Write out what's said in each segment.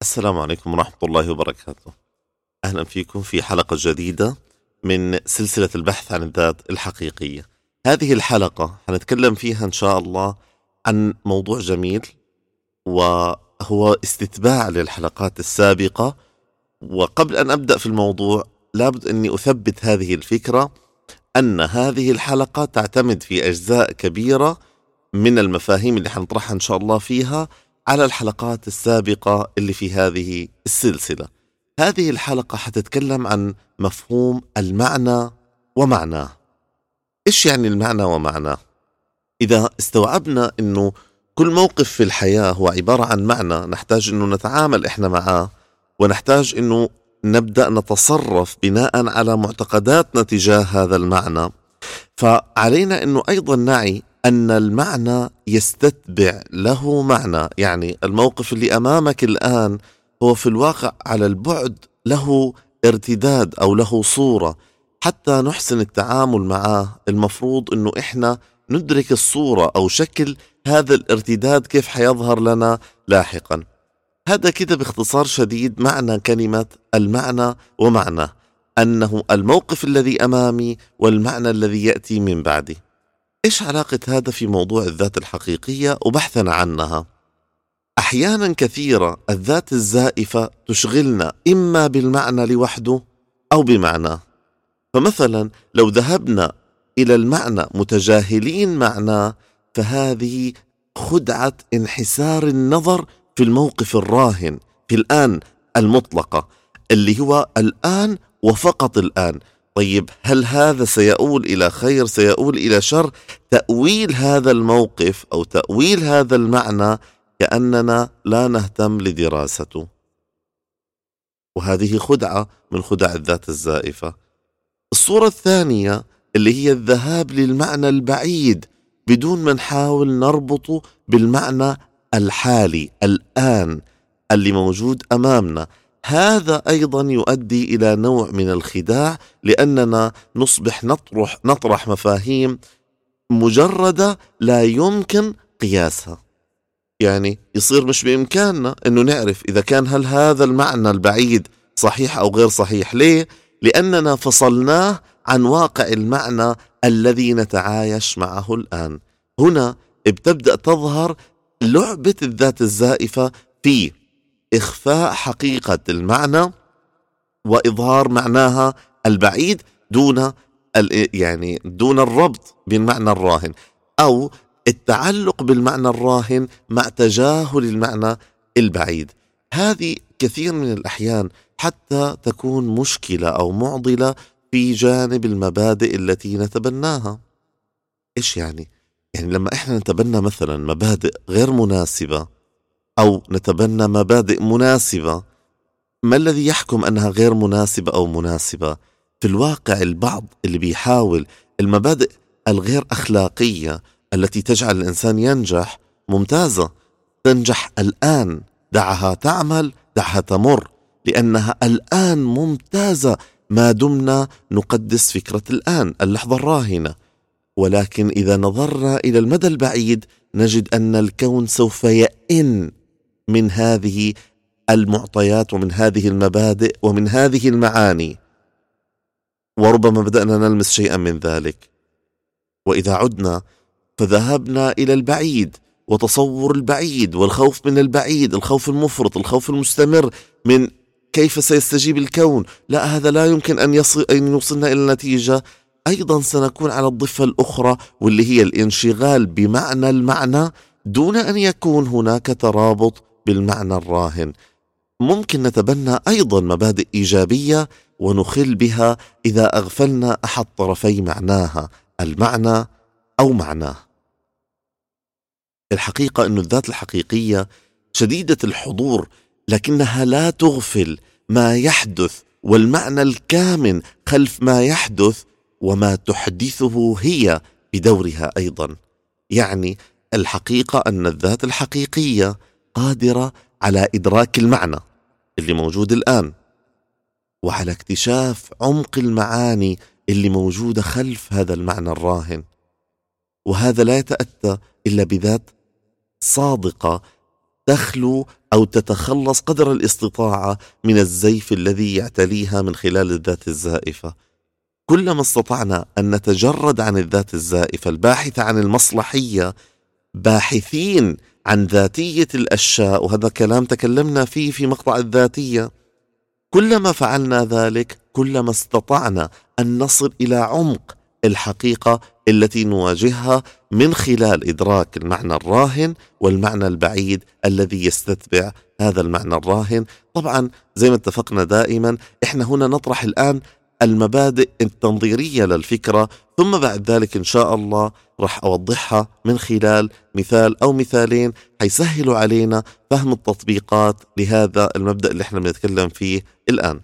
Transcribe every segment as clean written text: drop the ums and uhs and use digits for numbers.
السلام عليكم ورحمة الله وبركاته. أهلا فيكم في حلقة جديدة من سلسلة البحث عن الذات الحقيقية. هذه الحلقة حنتكلم فيها إن شاء الله عن موضوع جميل، وهو استتباع للحلقات السابقة. وقبل أن أبدأ في الموضوع لابد أني أثبت هذه الفكرة، أن هذه الحلقة تعتمد في أجزاء كبيرة من المفاهيم اللي حنطرحها إن شاء الله فيها على الحلقات السابقة اللي في هذه السلسلة. هذه الحلقة حتتكلم عن مفهوم المعنى ومعناه. إيش يعني المعنى ومعناه؟ إذا استوعبنا أنه كل موقف في الحياة هو عبارة عن معنى نحتاج أنه نتعامل إحنا معاه، ونحتاج أنه نبدأ نتصرف بناء على معتقداتنا تجاه هذا المعنى، فعلينا أنه أيضا نعي أن المعنى يستتبع له معنى. يعني الموقف اللي أمامك الآن هو في الواقع على البعد له ارتداد أو له صورة. حتى نحسن التعامل معه المفروض أنه إحنا ندرك الصورة أو شكل هذا الارتداد كيف حيظهر لنا لاحقا. هذا كده باختصار شديد معنى كلمة المعنى ومعناه، أنه الموقف الذي أمامي والمعنى الذي يأتي من بعدي. إيش علاقة هذا في موضوع الذات الحقيقية وبحثنا عنها؟ أحيانا كثيرة الذات الزائفة تشغلنا إما بالمعنى لوحده أو بمعناه. فمثلا لو ذهبنا إلى المعنى متجاهلين معناه، فهذه خدعة انحسار النظر في الموقف الراهن، في الآن المطلقة اللي هو الآن وفقط الآن. طيب هل هذا سيؤول إلى خير، سيؤول إلى شر؟ تأويل هذا الموقف أو تأويل هذا المعنى كأننا لا نهتم لدراسته، وهذه خدعة من خدع الذات الزائفة. الصورة الثانية اللي هي الذهاب للمعنى البعيد بدون ما نحاول نربطه بالمعنى الحالي الآن اللي موجود أمامنا. هذا أيضا يؤدي إلى نوع من الخداع، لأننا نصبح نطرح مفاهيم مجردة لا يمكن قياسها. يعني يصير مش بإمكاننا أنه نعرف إذا كان هل هذا المعنى البعيد صحيح أو غير صحيح. ليه؟ لأننا فصلناه عن واقع المعنى الذي نتعايش معه الآن. هنا بتبدأ تظهر لعبة الذات الزائفة في إخفاء حقيقة المعنى وإظهار معناها البعيد دون الربط بالمعنى الراهن، أو التعلق بالمعنى الراهن مع تجاهل المعنى البعيد. هذه كثير من الأحيان حتى تكون مشكلة أو معضلة في جانب المبادئ التي نتبناها. إيش يعني؟ يعني لما إحنا نتبنى مثلا مبادئ غير مناسبة أو نتبنى مبادئ مناسبة، ما الذي يحكم أنها غير مناسبة أو مناسبة؟ في الواقع البعض اللي بيحاول المبادئ الغير أخلاقية التي تجعل الإنسان ينجح ممتازة، تنجح الآن، دعها تعمل، دعها تمر، لأنها الآن ممتازة ما دمنا نقدس فكرة الآن، اللحظة الراهنة. ولكن إذا نظرنا إلى المدى البعيد نجد أن الكون سوف يئن من هذه المعطيات ومن هذه المبادئ ومن هذه المعاني، وربما بدأنا نلمس شيئا من ذلك. وإذا عدنا فذهبنا إلى البعيد وتصور البعيد والخوف من البعيد، الخوف المفرط، الخوف المستمر من كيف سيستجيب الكون. لا، هذا لا يمكن أن يوصلنا إلى نتيجة. أيضا سنكون على الضفة الأخرى واللي هي الانشغال بمعنى المعنى دون أن يكون هناك ترابط بالمعنى الراهن. ممكن نتبنى أيضا مبادئ إيجابية ونخل بها إذا أغفلنا أحد طرفي معناها، المعنى أو معناه. الحقيقة أن الذات الحقيقية شديدة الحضور، لكنها لا تغفل ما يحدث والمعنى الكامن خلف ما يحدث وما تحدثه هي بدورها أيضا. يعني الحقيقة أن الذات الحقيقية قادرة على إدراك المعنى اللي موجود الآن، وعلى اكتشاف عمق المعاني اللي موجودة خلف هذا المعنى الراهن. وهذا لا يتأتى إلا بذات صادقة تخلو أو تتخلص قدر الاستطاعة من الزيف الذي يعتليها من خلال الذات الزائفة. كلما استطعنا أن نتجرد عن الذات الزائفة الباحثة عن المصلحية، باحثين عن ذاتية الأشياء، وهذا كلام تكلمنا فيه في مقطع الذاتية، كلما فعلنا ذلك كلما استطعنا أن نصل إلى عمق الحقيقة التي نواجهها من خلال إدراك المعنى الراهن والمعنى البعيد الذي يستتبع هذا المعنى الراهن. طبعا زي ما اتفقنا دائما، احنا هنا نطرح الآن المبادئ التنظيرية للفكرة، ثم بعد ذلك إن شاء الله رح أوضحها من خلال مثال أو مثالين حيسهلوا علينا فهم التطبيقات لهذا المبدأ اللي احنا بنتكلم فيه الآن.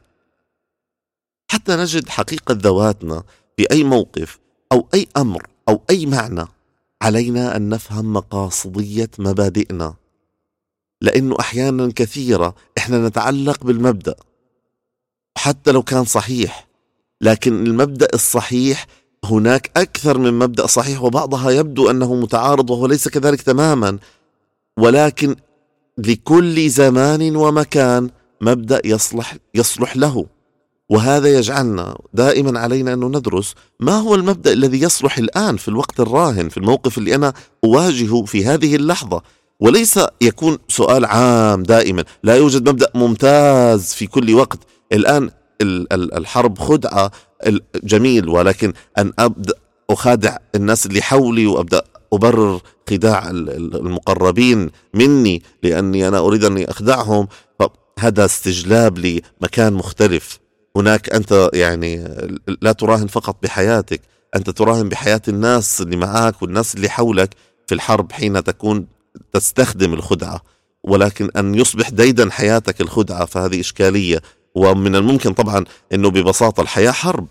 حتى نجد حقيقة ذواتنا في أي موقف أو أي أمر أو أي معنى، علينا أن نفهم مقاصدية مبادئنا، لأنه أحيانا كثيرة إحنا نتعلق بالمبدأ حتى لو كان صحيح، لكن المبدأ الصحيح هناك أكثر من مبدأ صحيح، وبعضها يبدو أنه متعارض وهو ليس كذلك تماما، ولكن لكل زمان ومكان مبدأ يصلح له. وهذا يجعلنا دائما علينا أن ندرس ما هو المبدأ الذي يصلح الآن في الوقت الراهن، في الموقف اللي أنا أواجهه في هذه اللحظة، وليس يكون سؤال عام دائما لا يوجد مبدأ ممتاز في كل وقت. الآن الحرب خدعة، جميل، ولكن أن أبدأ أخادع الناس اللي حولي وأبدأ أبرر خداع المقربين مني لأني أنا أريد أن أخدعهم، فهذا استجلاب لمكان مختلف. هناك أنت يعني لا تراهن فقط بحياتك، أنت تراهن بحياة الناس اللي معك والناس اللي حولك في الحرب حين تكون تستخدم الخدعة، ولكن أن يصبح ديدا حياتك الخدعة فهذه إشكالية. ومن الممكن طبعا أنه ببساطة الحياة حرب،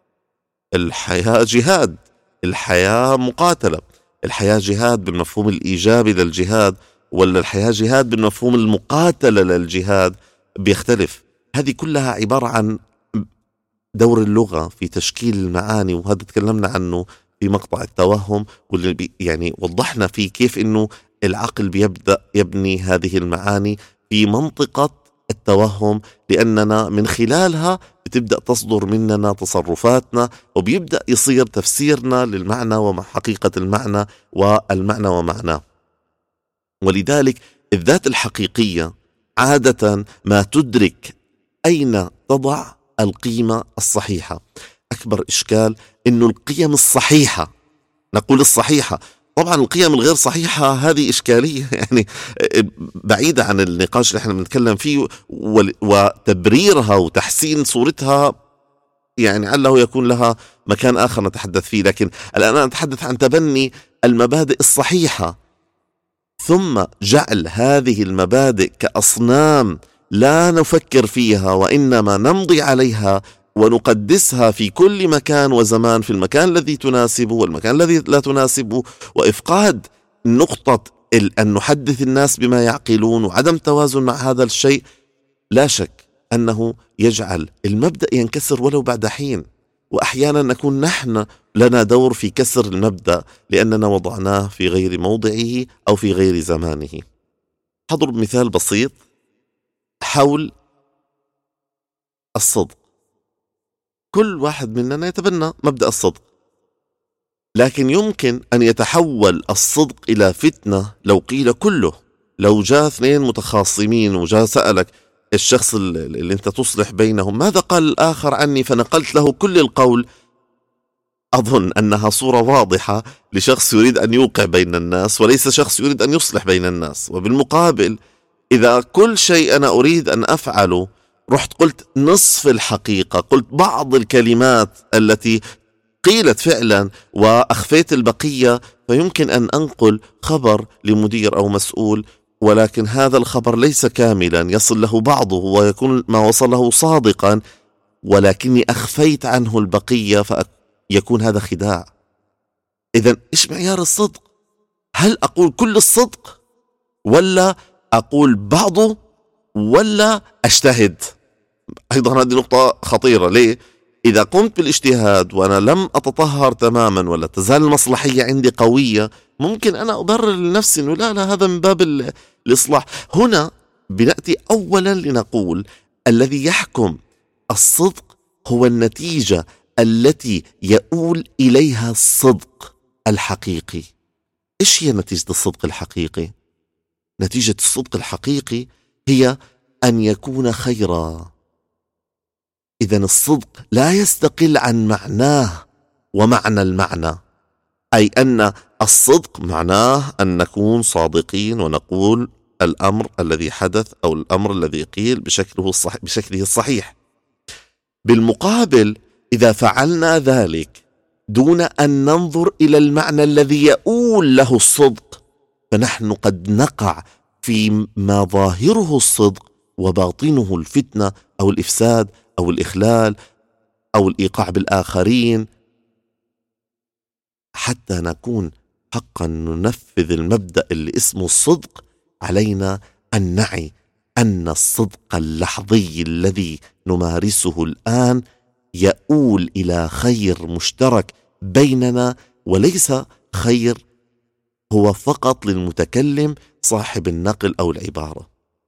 الحياة جهاد، الحياة مقاتلة، الحياة جهاد بالمفهوم الإيجابي للجهاد، ولا الحياة جهاد بالمفهوم المقاتلة للجهاد، بيختلف. هذه كلها عبارة عن دور اللغة في تشكيل المعاني، وهذا تكلمنا عنه في مقطع التوهم، واللي يعني وضحنا فيه كيف إنه العقل بيبدأ يبني هذه المعاني في منطقة التوهم، لأننا من خلالها بتبدأ تصدر مننا تصرفاتنا، وبيبدأ يصير تفسيرنا للمعنى ومع حقيقة المعنى والمعنى ومعناه. ولذلك الذات الحقيقية عادة ما تدرك أين تضع القيمة الصحيحة. أكبر إشكال إنه القيم الصحيحة، نقول الصحيحة، طبعا القيم الغير صحيحة هذه إشكالية يعني بعيدة عن النقاش اللي احنا بنتكلم فيه، وتبريرها وتحسين صورتها يعني عله يكون لها مكان آخر نتحدث فيه. لكن الآن أنا أتحدث عن تبني المبادئ الصحيحة، ثم جعل هذه المبادئ كأصنام لا نفكر فيها وإنما نمضي عليها ونقدسها في كل مكان وزمان، في المكان الذي تناسبه والمكان الذي لا تناسبه، وإفقاد نقطة أن نحدث الناس بما يعقلون وعدم توازن مع هذا الشيء. لا شك أنه يجعل المبدأ ينكسر ولو بعد حين، وأحيانا نكون نحن لنا دور في كسر المبدأ لأننا وضعناه في غير موضعه أو في غير زمانه. هضرب مثال بسيط حول الصدق. كل واحد مننا يتبنى مبدأ الصدق، لكن يمكن أن يتحول الصدق إلى فتنة لو قيل كله. لو جاء اثنين متخاصمين وجاء سألك الشخص اللي انت تصلح بينهم ماذا قال الآخر عني، فنقلت له كل القول، أظن أنها صورة واضحة لشخص يريد أن يوقع بين الناس وليس شخص يريد أن يصلح بين الناس. وبالمقابل إذا كل شيء أنا أريد أن أفعله رحت قلت نصف الحقيقة، قلت بعض الكلمات التي قيلت فعلا وأخفيت البقية، فيمكن أن أنقل خبر لمدير أو مسؤول، ولكن هذا الخبر ليس كاملا، يصل له بعضه ويكون ما وصله صادقا، ولكني أخفيت عنه البقية فيكون هذا خداع. إذن إيش معيار الصدق؟ هل أقول كل الصدق ولا أقول بعضه ولا أجتهد؟ أيضا هذه نقطة خطيرة. ليه؟ إذا قمت بالاجتهاد وأنا لم أتطهر تماما ولا تزال المصلحية عندي قوية، ممكن أنا أبرر لنفسي أنه لا هذا من باب الإصلاح. هنا بنأتي أولا لنقول الذي يحكم الصدق هو النتيجة التي يؤول إليها الصدق الحقيقي. إيش هي نتيجة الصدق الحقيقي؟ نتيجة الصدق الحقيقي هي أن يكون خيرا. إذن الصدق لا يستقل عن معناه ومعنى المعنى، أي أن الصدق معناه أن نكون صادقين ونقول الأمر الذي حدث أو الأمر الذي قيل بشكله الصحيح. بالمقابل إذا فعلنا ذلك دون أن ننظر إلى المعنى الذي يؤول له الصدق، فنحن قد نقع في ما ظاهره الصدق وباطنه الفتنة أو الإفساد أو الإخلال أو الإيقاع بالآخرين. حتى نكون حقا ننفذ المبدأ اللي اسمه الصدق، علينا أن نعي أن الصدق اللحظي الذي نمارسه الآن يؤول إلى خير مشترك بيننا، وليس خير هو فقط للمتكلم صاحب النقل أو العبارة.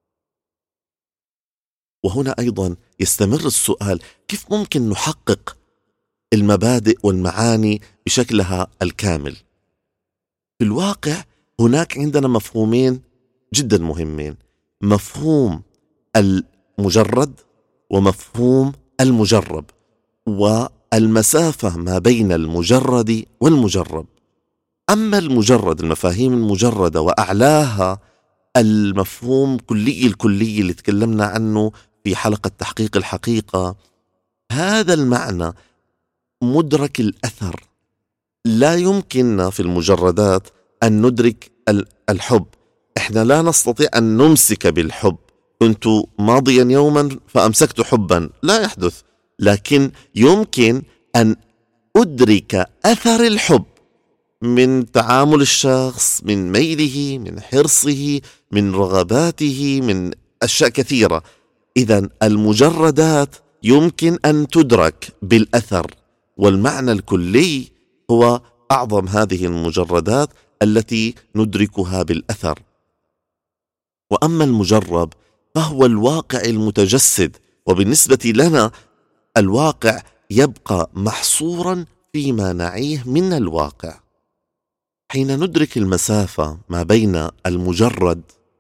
وهنا أيضا يستمر السؤال: كيف ممكن نحقق المبادئ والمعاني بشكلها الكامل؟ في الواقع هناك عندنا مفهومين جدا مهمين: مفهوم المجرد ومفهوم المجرب، والمسافة ما بين المجرد والمجرب. أما المجرد، المفاهيم المجردة وأعلاها المفهوم الكلي اللي تكلمنا عنه في حلقة تحقيق الحقيقة، هذا المعنى مدرك الأثر. لا يمكننا في المجردات أن ندرك الحب. إحنا لا نستطيع أن نمسك بالحب. كنت ماضيا يوما فأمسكت حبا، لا يحدث. لكن يمكن أن أدرك أثر الحب من تعامل الشخص، من ميله، من حرصه، من رغباته، من أشياء كثيرة. إذن المجردات يمكن أن تدرك بالأثر، والمعنى الكلي هو أعظم هذه المجردات التي ندركها بالأثر. وأما المجرب فهو الواقع المتجسد، وبالنسبة لنا الواقع يبقى محصورا فيما نعيه من الواقع. حين ندرك المسافة ما بين المجرد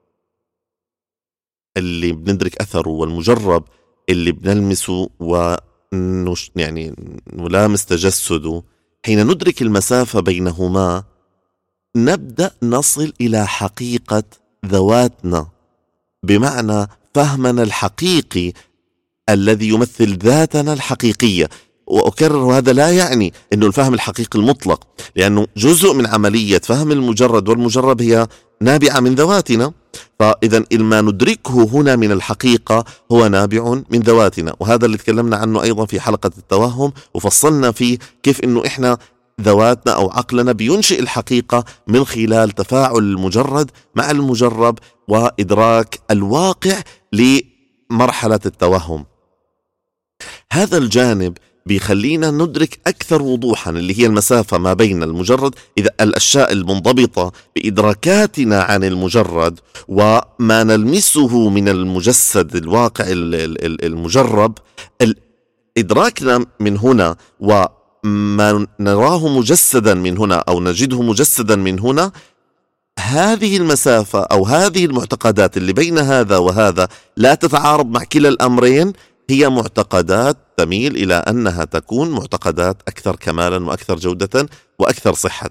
اللي بندرك أثره والمجرب اللي بنلمسه يعني نلامس تجسده، حين ندرك المسافة بينهما نبدأ نصل إلى حقيقة ذواتنا، بمعنى فهمنا الحقيقي الذي يمثل ذاتنا الحقيقية. وأكرر، هذا لا يعني أنه الفهم الحقيقي المطلق، لأنه جزء من عملية فهم المجرد والمجرب هي نابعة من ذواتنا. فإذا ما ندركه هنا من الحقيقة هو نابع من ذواتنا، وهذا اللي تكلمنا عنه أيضا في حلقة التوهم، وفصلنا فيه كيف أنه إحنا ذواتنا أو عقلنا بينشئ الحقيقة من خلال تفاعل المجرد مع المجرب وإدراك الواقع لمرحلة التوهم. هذا الجانب بيخلينا ندرك أكثر وضوحا اللي هي المسافة ما بين المجرد، إذا الأشياء المنضبطة بإدراكاتنا عن المجرد وما نلمسه من المجسد الواقع المجرب. إدراكنا من هنا وما نراه مجسدا من هنا أو نجده مجسدا من هنا، هذه المسافة أو هذه المعتقدات اللي بين هذا وهذا لا تتعارض مع كلا الأمرين، هي معتقدات تميل إلى أنها تكون معتقدات أكثر كمالا وأكثر جودة وأكثر صحة.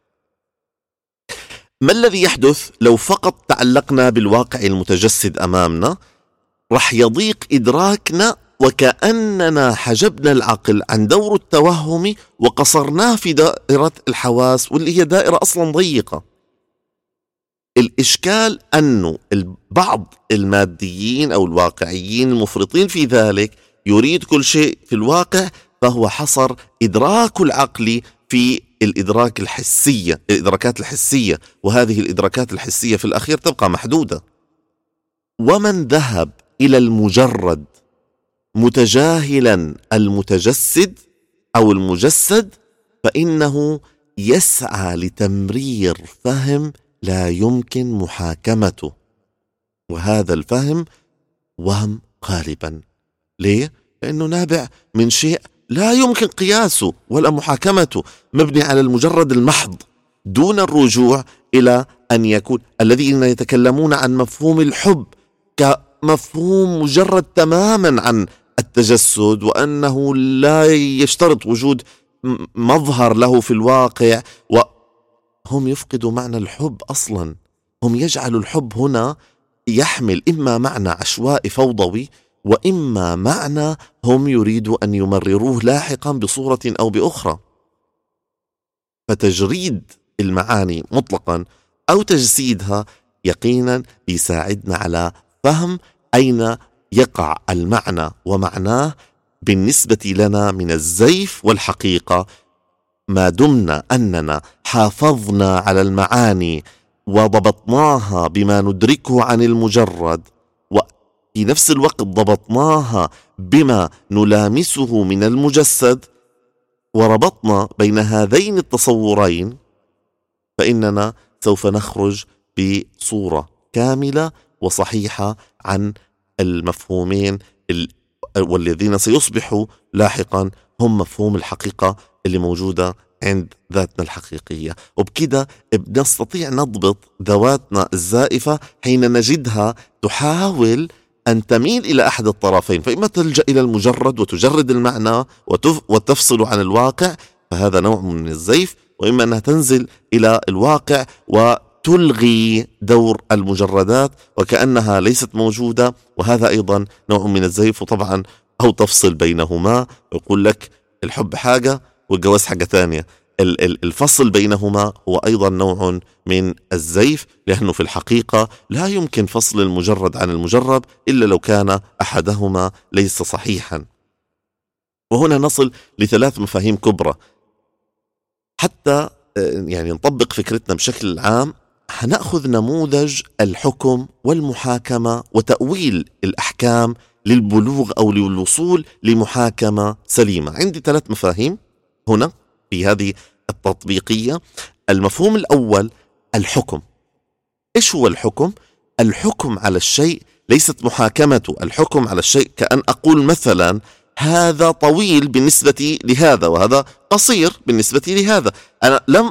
ما الذي يحدث لو فقط تعلقنا بالواقع المتجسد أمامنا؟ رح يضيق إدراكنا، وكأننا حجبنا العقل عن دور التوهم وقصرناه في دائرة الحواس، واللي هي دائرة أصلا ضيقة. الإشكال أنه بعض الماديين أو الواقعيين المفرطين في ذلك يريد كل شيء في الواقع، فهو حصر إدراك العقل في الإدراكات الحسية، وهذه الإدراكات الحسية في الأخير تبقى محدودة. ومن ذهب إلى المجرد متجاهلا المتجسد أو المجسد، فإنه يسعى لتمرير فهم لا يمكن محاكمته، وهذا الفهم وهم غالبا. ليه؟ لأنه نابع من شيء لا يمكن قياسه ولا محاكمته، مبني على المجرد المحض دون الرجوع إلى أن يكون الذين يتكلمون عن مفهوم الحب كمفهوم مجرد تماما عن التجسد، وأنه لا يشترط وجود مظهر له في الواقع، وهم يفقدوا معنى الحب أصلا. هم يجعلوا الحب هنا يحمل إما معنى عشوائي فوضوي، وإما معنى هم يريدوا أن يمرروه لاحقا بصورة أو بأخرى. فتجريد المعاني مطلقا أو تجسيدها يقينا يساعدنا على فهم أين يقع المعنى ومعناه بالنسبة لنا من الزيف والحقيقة، ما دمنا أننا حافظنا على المعاني وضبطناها بما ندركه عن المجرد، وفي نفس الوقت ضبطناها بما نلامسه من المجسد، وربطنا بين هذين التصورين، فإننا سوف نخرج بصورة كاملة وصحيحة عن المفهومين والذين سيصبحوا لاحقا هم مفهوم الحقيقة اللي موجودة عند ذاتنا الحقيقية. وبكده بنستطيع نضبط ذواتنا الزائفة حين نجدها تحاول أن تميل إلى أحد الطرفين، فإما تلجأ إلى المجرد وتجرد المعنى وتفصل عن الواقع، فهذا نوع من الزيف، وإما أنها تنزل إلى الواقع وتلغي دور المجردات وكأنها ليست موجودة، وهذا أيضا نوع من الزيف. وطبعا أو تفصل بينهما، يقول لك الحب حاجة والجواز حاجة ثانية. الفصل بينهما هو أيضا نوع من الزيف، لأنه في الحقيقة لا يمكن فصل المجرد عن المجرب إلا لو كان أحدهما ليس صحيحا. وهنا نصل لثلاث مفاهيم كبرى حتى يعني نطبق فكرتنا بشكل عام. هنأخذ نموذج الحكم والمحاكمة وتأويل الأحكام للبلوغ أو للوصول لمحاكمة سليمة. عندي ثلاث مفاهيم هنا في هذه التطبيقية. المفهوم الأول الحكم. إيش هو الحكم؟ الحكم على الشيء ليست محاكمته. الحكم على الشيء كأن أقول مثلا هذا طويل بالنسبة لهذا وهذا قصير بالنسبة لهذا. أنا لم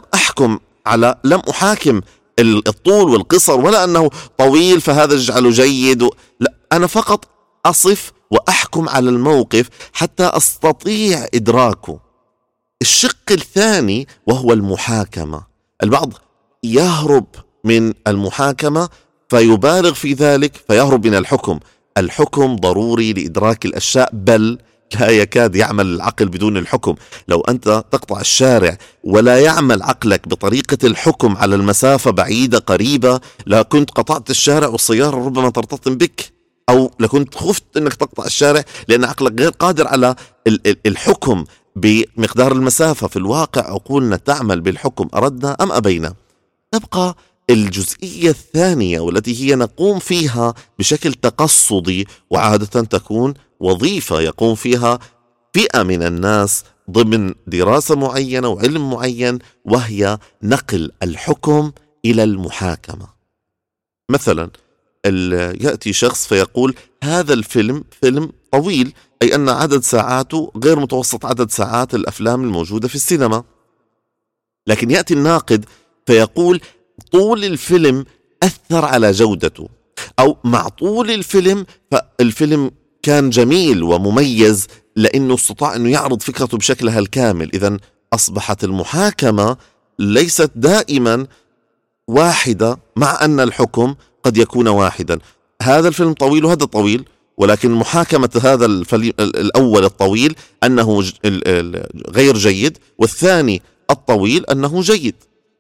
أحاكم الطول والقصر، ولا أنه طويل فهذا يجعله جيد، لا، أنا فقط أصف وأحكم على الموقف حتى أستطيع إدراكه. الشق الثاني وهو المحاكمة. البعض يهرب من المحاكمة فيبالغ في ذلك فيهرب من الحكم. الحكم ضروري لإدراك الأشياء، بل لا يكاد يعمل العقل بدون الحكم. لو أنت تقطع الشارع ولا يعمل عقلك بطريقة الحكم على المسافة بعيدة قريبة، لا كنت قطعت الشارع والسيارة ربما ترتطم بك، أو لكنت خفت أنك تقطع الشارع لأن عقلك غير قادر على الحكم بمقدار المسافة. في الواقع عقولنا تعمل بالحكم أردنا أم أبينا. تبقى الجزئية الثانية والتي هي نقوم فيها بشكل تقصدي، وعادة تكون وظيفة يقوم فيها فئة من الناس ضمن دراسة معينة وعلم معين، وهي نقل الحكم إلى المحاكمة. مثلا يأتي شخص فيقول هذا الفيلم فيلم طويل، أي أن عدد ساعاته غير متوسط عدد ساعات الأفلام الموجودة في السينما. لكن يأتي الناقد فيقول طول الفيلم أثر على جودته، أو مع طول الفيلم فالفيلم كان جميل ومميز لأنه استطاع أنه يعرض فكرته بشكلها الكامل. إذن أصبحت المحاكمة ليست دائما واحدة، مع أن الحكم قد يكون واحدا. هذا الفيلم طويل وهذا طويل، ولكن محاكمة هذا الفيلم الأول الطويل أنه غير جيد، والثاني الطويل أنه جيد.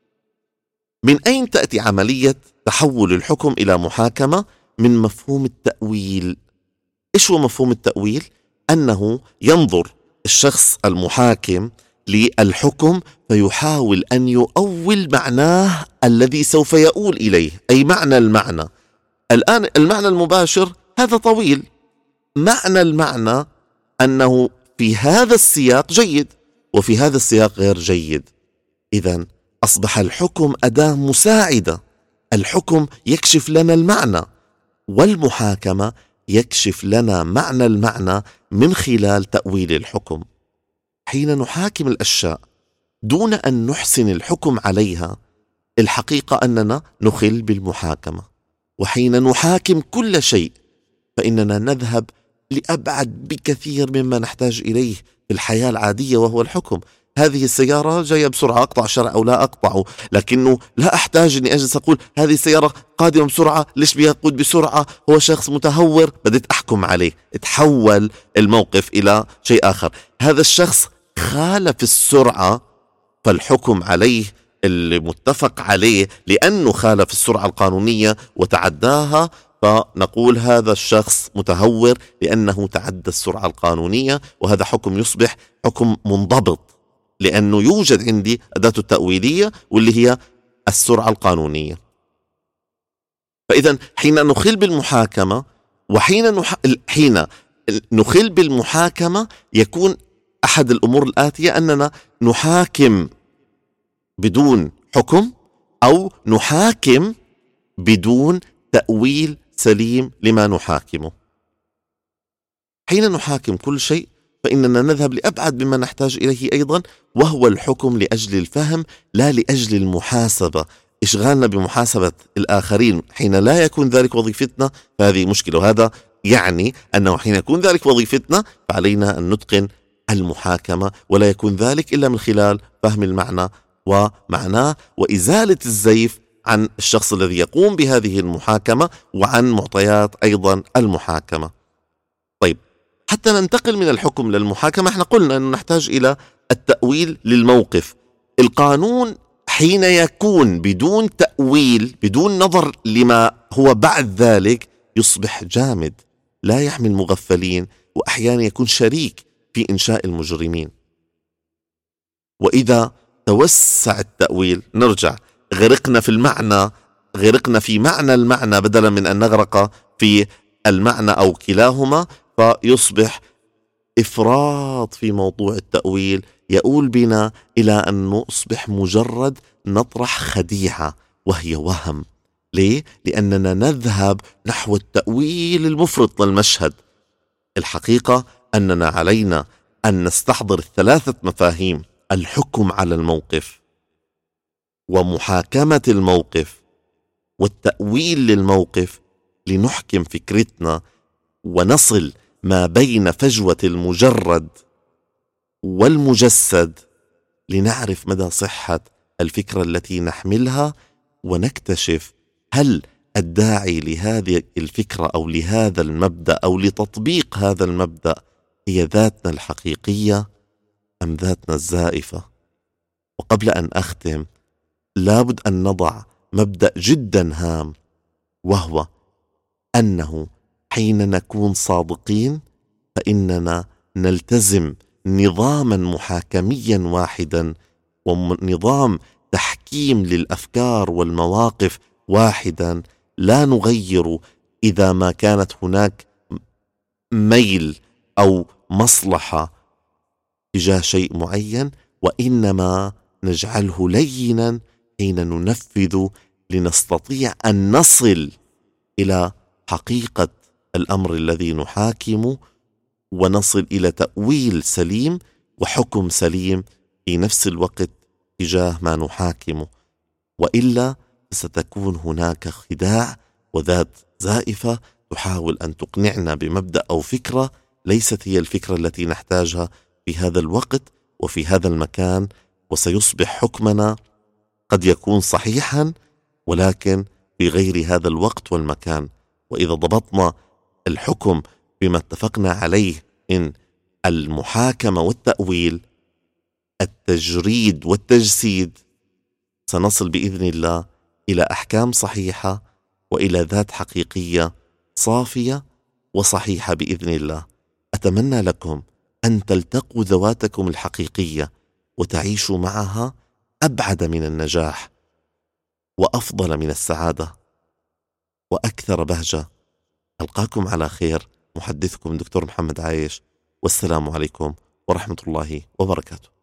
من أين تأتي عملية تحول الحكم إلى محاكمة؟ من مفهوم التأويل. إيش هو مفهوم التأويل؟ أنه ينظر الشخص المحاكم للحكم فيحاول أن يؤول معناه الذي سوف يؤول إليه، أي المعنى. الآن المعنى المباشر هذا طويل، معنى المعنى أنه في هذا السياق جيد وفي هذا السياق غير جيد. إذن أصبح الحكم أداة مساعدة. الحكم يكشف لنا المعنى، والمحاكمة يكشف لنا معنى المعنى من خلال تأويل الحكم. حين نحاكم الأشياء دون أن نحسن الحكم عليها، الحقيقة أننا نخل بالمحاكمة. وحين نحاكم كل شيء فإننا نذهب لأبعد بكثير مما نحتاج إليه في الحياة العادية، وهو الحكم. هذه السيارة جاية بسرعة، أقطع شارع أو لا أقطعه، لكنه لا أحتاج أني أجلس أقول هذه السيارة قادمة بسرعة، ليش بيقود بسرعة، هو شخص متهور، بديت أحكم عليه. تحول الموقف إلى شيء آخر. هذا الشخص خالف السرعة، فالحكم عليه اللي متفق عليه لأنه خالف السرعة القانونية وتعداها، فنقول هذا الشخص متهور لأنه تعدى السرعة القانونية، وهذا حكم يصبح حكم منضبط لأنه يوجد عندي أداة التأويلية واللي هي السرعة القانونية. فإذا حين نخل بالمحاكمة حين نخل بالمحاكمة يكون أحد الأمور الآتية أننا نحاكم بدون حكم أو نحاكم بدون تأويل سليم لما نحاكمه. حين نحاكم كل شيء فإننا نذهب لأبعد مما نحتاج إليه أيضا، وهو الحكم لأجل الفهم لا لأجل المحاسبة. إشغالنا بمحاسبة الآخرين حين لا يكون ذلك وظيفتنا فهذه مشكلة. وهذا يعني أنه حين يكون ذلك وظيفتنا فعلينا أن نتقن المحاكمة، ولا يكون ذلك إلا من خلال فهم المعنى ومعناه وإزالة الزيف عن الشخص الذي يقوم بهذه المحاكمة وعن معطيات أيضا المحاكمة. طيب، حتى ننتقل من الحكم للمحاكمة احنا قلنا أنه نحتاج إلى التأويل للموقف. القانون حين يكون بدون تأويل، بدون نظر لما هو بعد ذلك، يصبح جامد لا يحمي المغفلين، وأحيانا يكون شريك في إنشاء المجرمين. وإذا توسع التأويل نرجع غرقنا في المعنى، غرقنا في معنى المعنى بدلا من أن نغرق في المعنى أو كلاهما، فيصبح إفراط في موضوع التأويل يؤول بنا إلى أن نصبح مجرد نطرح خديعة وهي وهم. ليه؟ لأننا نذهب نحو التأويل المفرط للمشهد. الحقيقة أننا علينا أن نستحضر الثلاثة مفاهيم: الحكم على الموقف، ومحاكمة الموقف، والتأويل للموقف، لنحكم فكرتنا ونصل ما بين فجوة المجرد والمجسد، لنعرف مدى صحة الفكرة التي نحملها، ونكتشف هل الداعي لهذه الفكرة أو لهذا المبدأ أو لتطبيق هذا المبدأ هي ذاتنا الحقيقية أم ذاتنا الزائفة. وقبل أن أختم لابد أن نضع مبدأ جدا هام، وهو أنه حين نكون صادقين فإننا نلتزم نظاما محاكميا واحدا ونظام تحكيم للأفكار والمواقف واحدا، لا نغير إذا ما كانت هناك ميل أو مصلحة تجاه شيء معين، وإنما نجعله لينا حين ننفذ، لنستطيع أن نصل إلى حقيقة الأمر الذي نحاكم، ونصل إلى تأويل سليم وحكم سليم في نفس الوقت تجاه ما نحاكمه. وإلا ستكون هناك خداع وذات زائفة تحاول أن تقنعنا بمبدأ أو فكرة ليست هي الفكرة التي نحتاجها في هذا الوقت وفي هذا المكان، وسيصبح حكمنا قد يكون صحيحا ولكن في غير هذا الوقت والمكان. وإذا ضبطنا الحكم بما اتفقنا عليه من المحاكمة والتأويل، التجريد والتجسيد، سنصل بإذن الله إلى أحكام صحيحة وإلى ذات حقيقية صافية وصحيحة بإذن الله. أتمنى لكم أن تلتقوا ذواتكم الحقيقية وتعيشوا معها أبعد من النجاح وأفضل من السعادة وأكثر بهجة. ألقاكم على خير، محدثكم دكتور محمد عايش، والسلام عليكم ورحمة الله وبركاته.